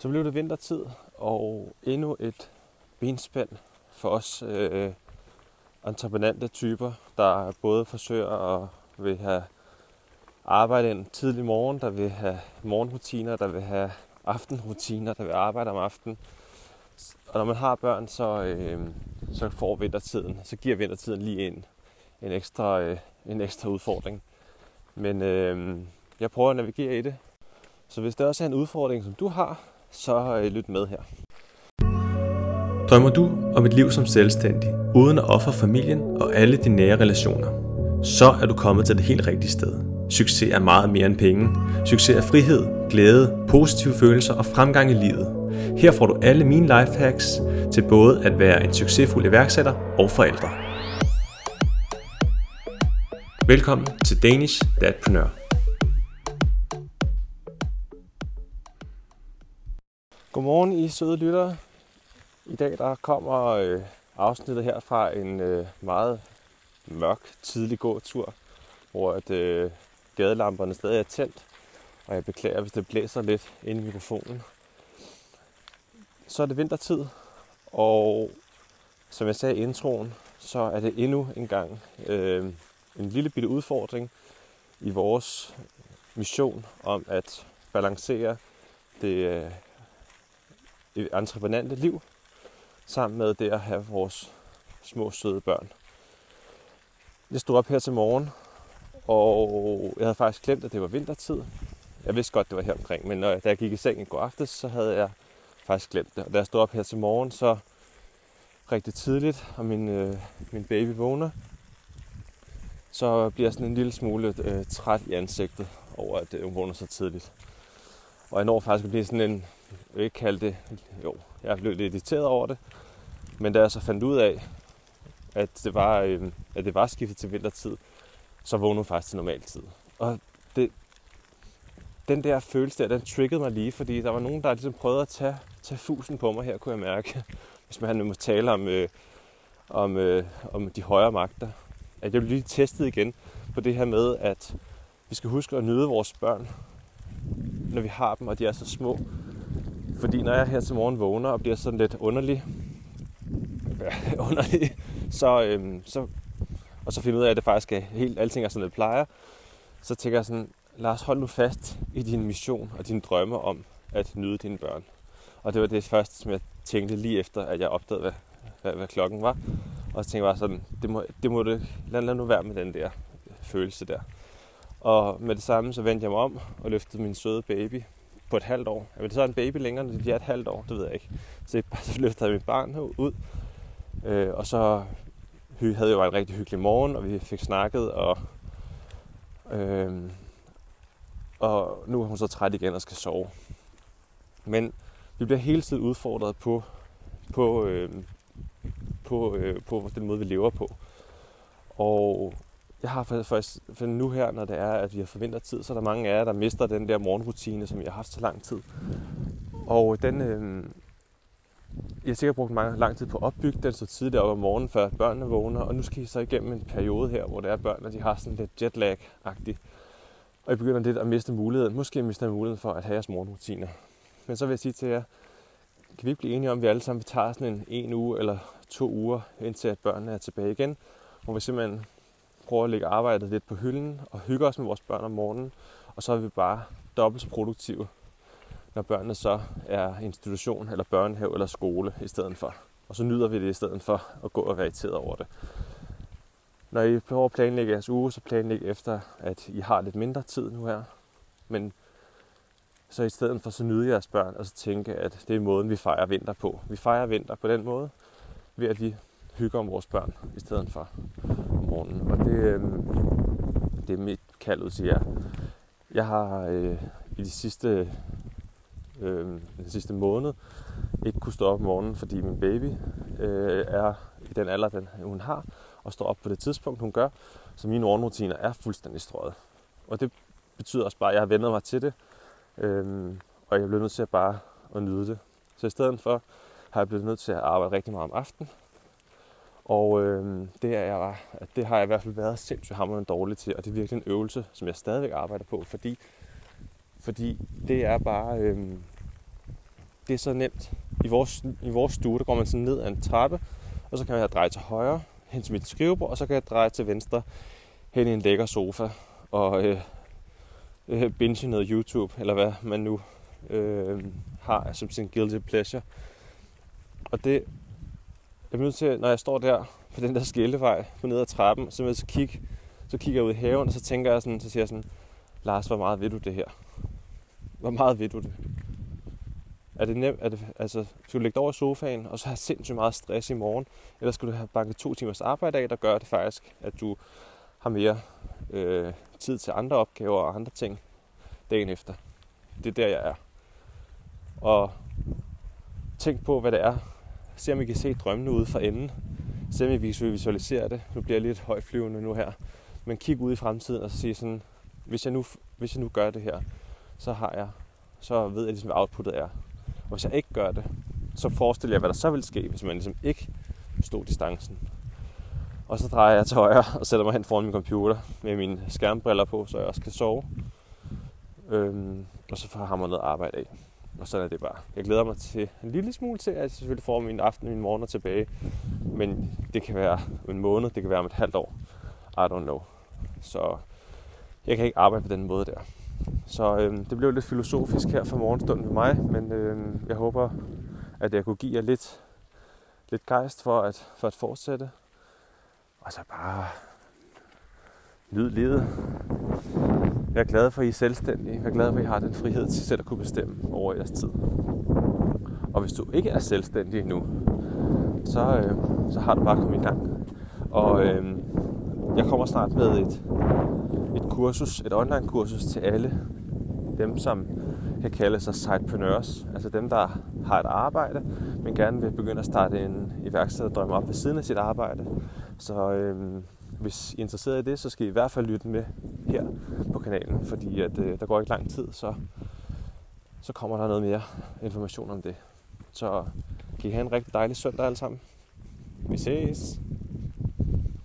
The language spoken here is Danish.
Så blev det vintertid, og endnu et benspænd for os entreprenante typer, der både forsøger at vil have arbejde en tidlig morgen, der vil have morgenrutiner, der vil have aftenrutiner, der vil arbejde om aftenen. Og når man har børn, så får vintertiden, så giver vintertiden lige en ekstra udfordring. Men jeg prøver at navigere i det. Så hvis der også er en udfordring, som du har, så lyt med her. Drømmer du om et liv som selvstændig, uden at ofre familien og alle dine nære relationer? Så er du kommet til det helt rigtige sted. Succes er meget mere end penge. Succes er frihed, glæde, positive følelser og fremgang i livet. Her får du alle mine lifehacks til både at være en succesfuld iværksætter og forælder. Velkommen til Danish Dadpreneur. Godmorgen I søde lyttere. I dag der kommer afsnittet her fra en meget mørk, tidlig gåtur, hvor gadelamperne stadig er tændt, og jeg beklager, hvis det blæser lidt ind i mikrofonen. Så er det vintertid, og som jeg sagde i introen, så er det endnu en gang en lille bitte udfordring i vores mission om at balancere det entreprenante liv sammen med det at have vores små søde børn. Jeg stod op her til morgen, og jeg havde faktisk glemt, at det var vintertid. Jeg vidste godt, det var her omkring, men da jeg gik i seng i går aftes, så havde jeg faktisk glemt det. Og da jeg stod op her til morgen, så rigtig tidligt, og min baby vågner, så bliver jeg sådan en lille smule træt i ansigtet over, at hun vågner så tidligt. Og jeg når faktisk at blive sådan en, jeg vil ikke kalde det, jeg blev lidt irriteret over det, men da jeg så fandt ud af, at det var skiftet til vintertid, så vågnede hun faktisk til normal tid. Og den der følelse der, den triggede mig lige, fordi der var nogen, der ligesom prøvede at tage fusen på mig her, kunne jeg mærke. Hvis man nu må tale om de højere magter. At jeg blev lige testet igen på det her med, at vi skal huske at nyde vores børn, når vi har dem, og de er så små. Fordi når jeg her til morgen vågner og bliver sådan lidt underlig, så finder jeg ud af, at det faktisk er alting er sådan, det plejer, så tænker jeg sådan, Lars, hold nu fast i din mission og dine drømme om at nyde dine børn. Og det var det første, som jeg tænkte lige efter, at jeg opdagede, hvad klokken var. Og så tænkte jeg bare sådan, lad nu være med den der følelse der. Og med det samme, så vendte jeg mig om og løftede min søde baby på et halvt år. Jeg vil så en baby længere, når de bliver et halvt år, det ved jeg ikke. Så løftede jeg mit barn ud, og så havde jeg jo en rigtig hyggelig morgen, og vi fik snakket, og nu er hun så træt igen og skal sove. Men vi bliver hele tiden udfordret på den måde, vi lever på. Og jeg har faktisk nu her, når det er, at vi har for vintertid, så er der mange af jer, der mister den der morgenrutine, som jeg har haft så lang tid. Og den, jeg har sikkert brugt lang tid på at opbygge den så tidligt op om morgenen, før børnene vågner. Og nu skal I så igennem en periode her, hvor det er børn, de har sådan lidt jetlag-agtigt. Og jeg begynder lidt at miste muligheden. Måske mister jeg muligheden for at have jeres morgenrutiner. Men så vil jeg sige til jer, kan vi ikke blive enige om, at vi alle sammen tager sådan en uge eller 2 uger, indtil at børnene er tilbage igen, hvor vi simpelthen prøver at lægge arbejdet lidt på hylden og hygge os med vores børn om morgenen, og så er vi bare dobbelt så produktive, når børnene så er institution eller børnehave eller skole i stedet for. Og så nyder vi det i stedet for at gå og være irriteret over det. Når I prøver at planlægge jeres uge, så planlæg efter, at I har lidt mindre tid nu her. Men så i stedet for, så nyde jeres børn og så tænke, at det er måden, vi fejrer vinter på. Vi fejrer vinter på den måde, ved at vi hygger om vores børn i stedet for om morgenen. Og det er mit kald ud til jer. Jeg har i den sidste måned ikke kunne stå op om morgenen, fordi min baby er i den alder, hun har, og står op på det tidspunkt, hun gør. Så mine morgenrutiner er fuldstændig strøget. Og det betyder også bare, at jeg har vendet mig til det, og jeg bliver nødt til at nyde det. Så i stedet for har jeg blevet nødt til at arbejde rigtig meget om aftenen. Og det har jeg i hvert fald været sindssygt hamrende dårlig til, og det er virkelig en øvelse, som jeg stadigvæk arbejder på, fordi det er bare det er så nemt. I vores stue, der går man sådan ned ad en trappe, og så kan jeg dreje til højre hen til mit skrivebord, og så kan jeg dreje til venstre hen i en lækker sofa og binge noget YouTube, eller hvad man nu har som sin guilty pleasure. Og det jeg er nødt til, når jeg står der på den der skillevej på ned ad trappen, så kigger jeg ud i haven, og så tænker jeg sådan, så siger jeg sådan, Lars, hvor meget ved du det her? Hvor meget ved du det? Er det nemt? Altså, skal du lægge dig over i sofaen, og så have sindssygt meget stress i morgen? Eller skal du have banket 2 timers arbejde af, der gør det faktisk, at du har mere tid til andre opgaver og andre ting dagen efter? Det er der, jeg er. Og tænk på, hvad det er. Se om I kan se drømmene ude fra enden. Se om I kan visualisere det. Nu bliver jeg lidt højflyvende nu her. Men kig ud i fremtiden og så sige sådan, hvis jeg nu gør det her, så ved jeg ligesom, hvad outputtet er. Og hvis jeg ikke gør det, så forestiller jeg, hvad der så vil ske, hvis man ligesom ikke stod distancen. Og så drejer jeg til højre og sætter mig hen foran min computer med mine skærmbriller på, så jeg også kan sove. Og så får jeg noget arbejde af. Og sådan er det bare. Jeg glæder mig til en lille smule til, at jeg selvfølgelig får min aften og mine morgener tilbage. Men det kan være en måned, det kan være om et halvt år. I don't know. Så jeg kan ikke arbejde på den måde der. Så det blev lidt filosofisk her for morgenstunden med mig, men jeg håber, at jeg kunne give jer lidt gejst for at fortsætte. Og så bare nyd livet. Jeg er glad for, at I er selvstændige. Jeg er glad for, at I har den frihed til selv at kunne bestemme over jeres tid. Og hvis du ikke er selvstændig endnu, så har du bare kommet i gang. Og jeg kommer snart med et kursus, et online kursus til alle dem, som kan kalde sig sidepreneurs. Altså dem, der har et arbejde, men gerne vil begynde at starte en iværksætterdrøm op ved siden af sit arbejde. Så hvis I er interesseret i det, så skal I hvert fald lytte med her på kanalen, fordi at, der går ikke lang tid, så kommer der noget mere information om det. Så kan I have en rigtig dejlig søndag alle sammen. Vi ses!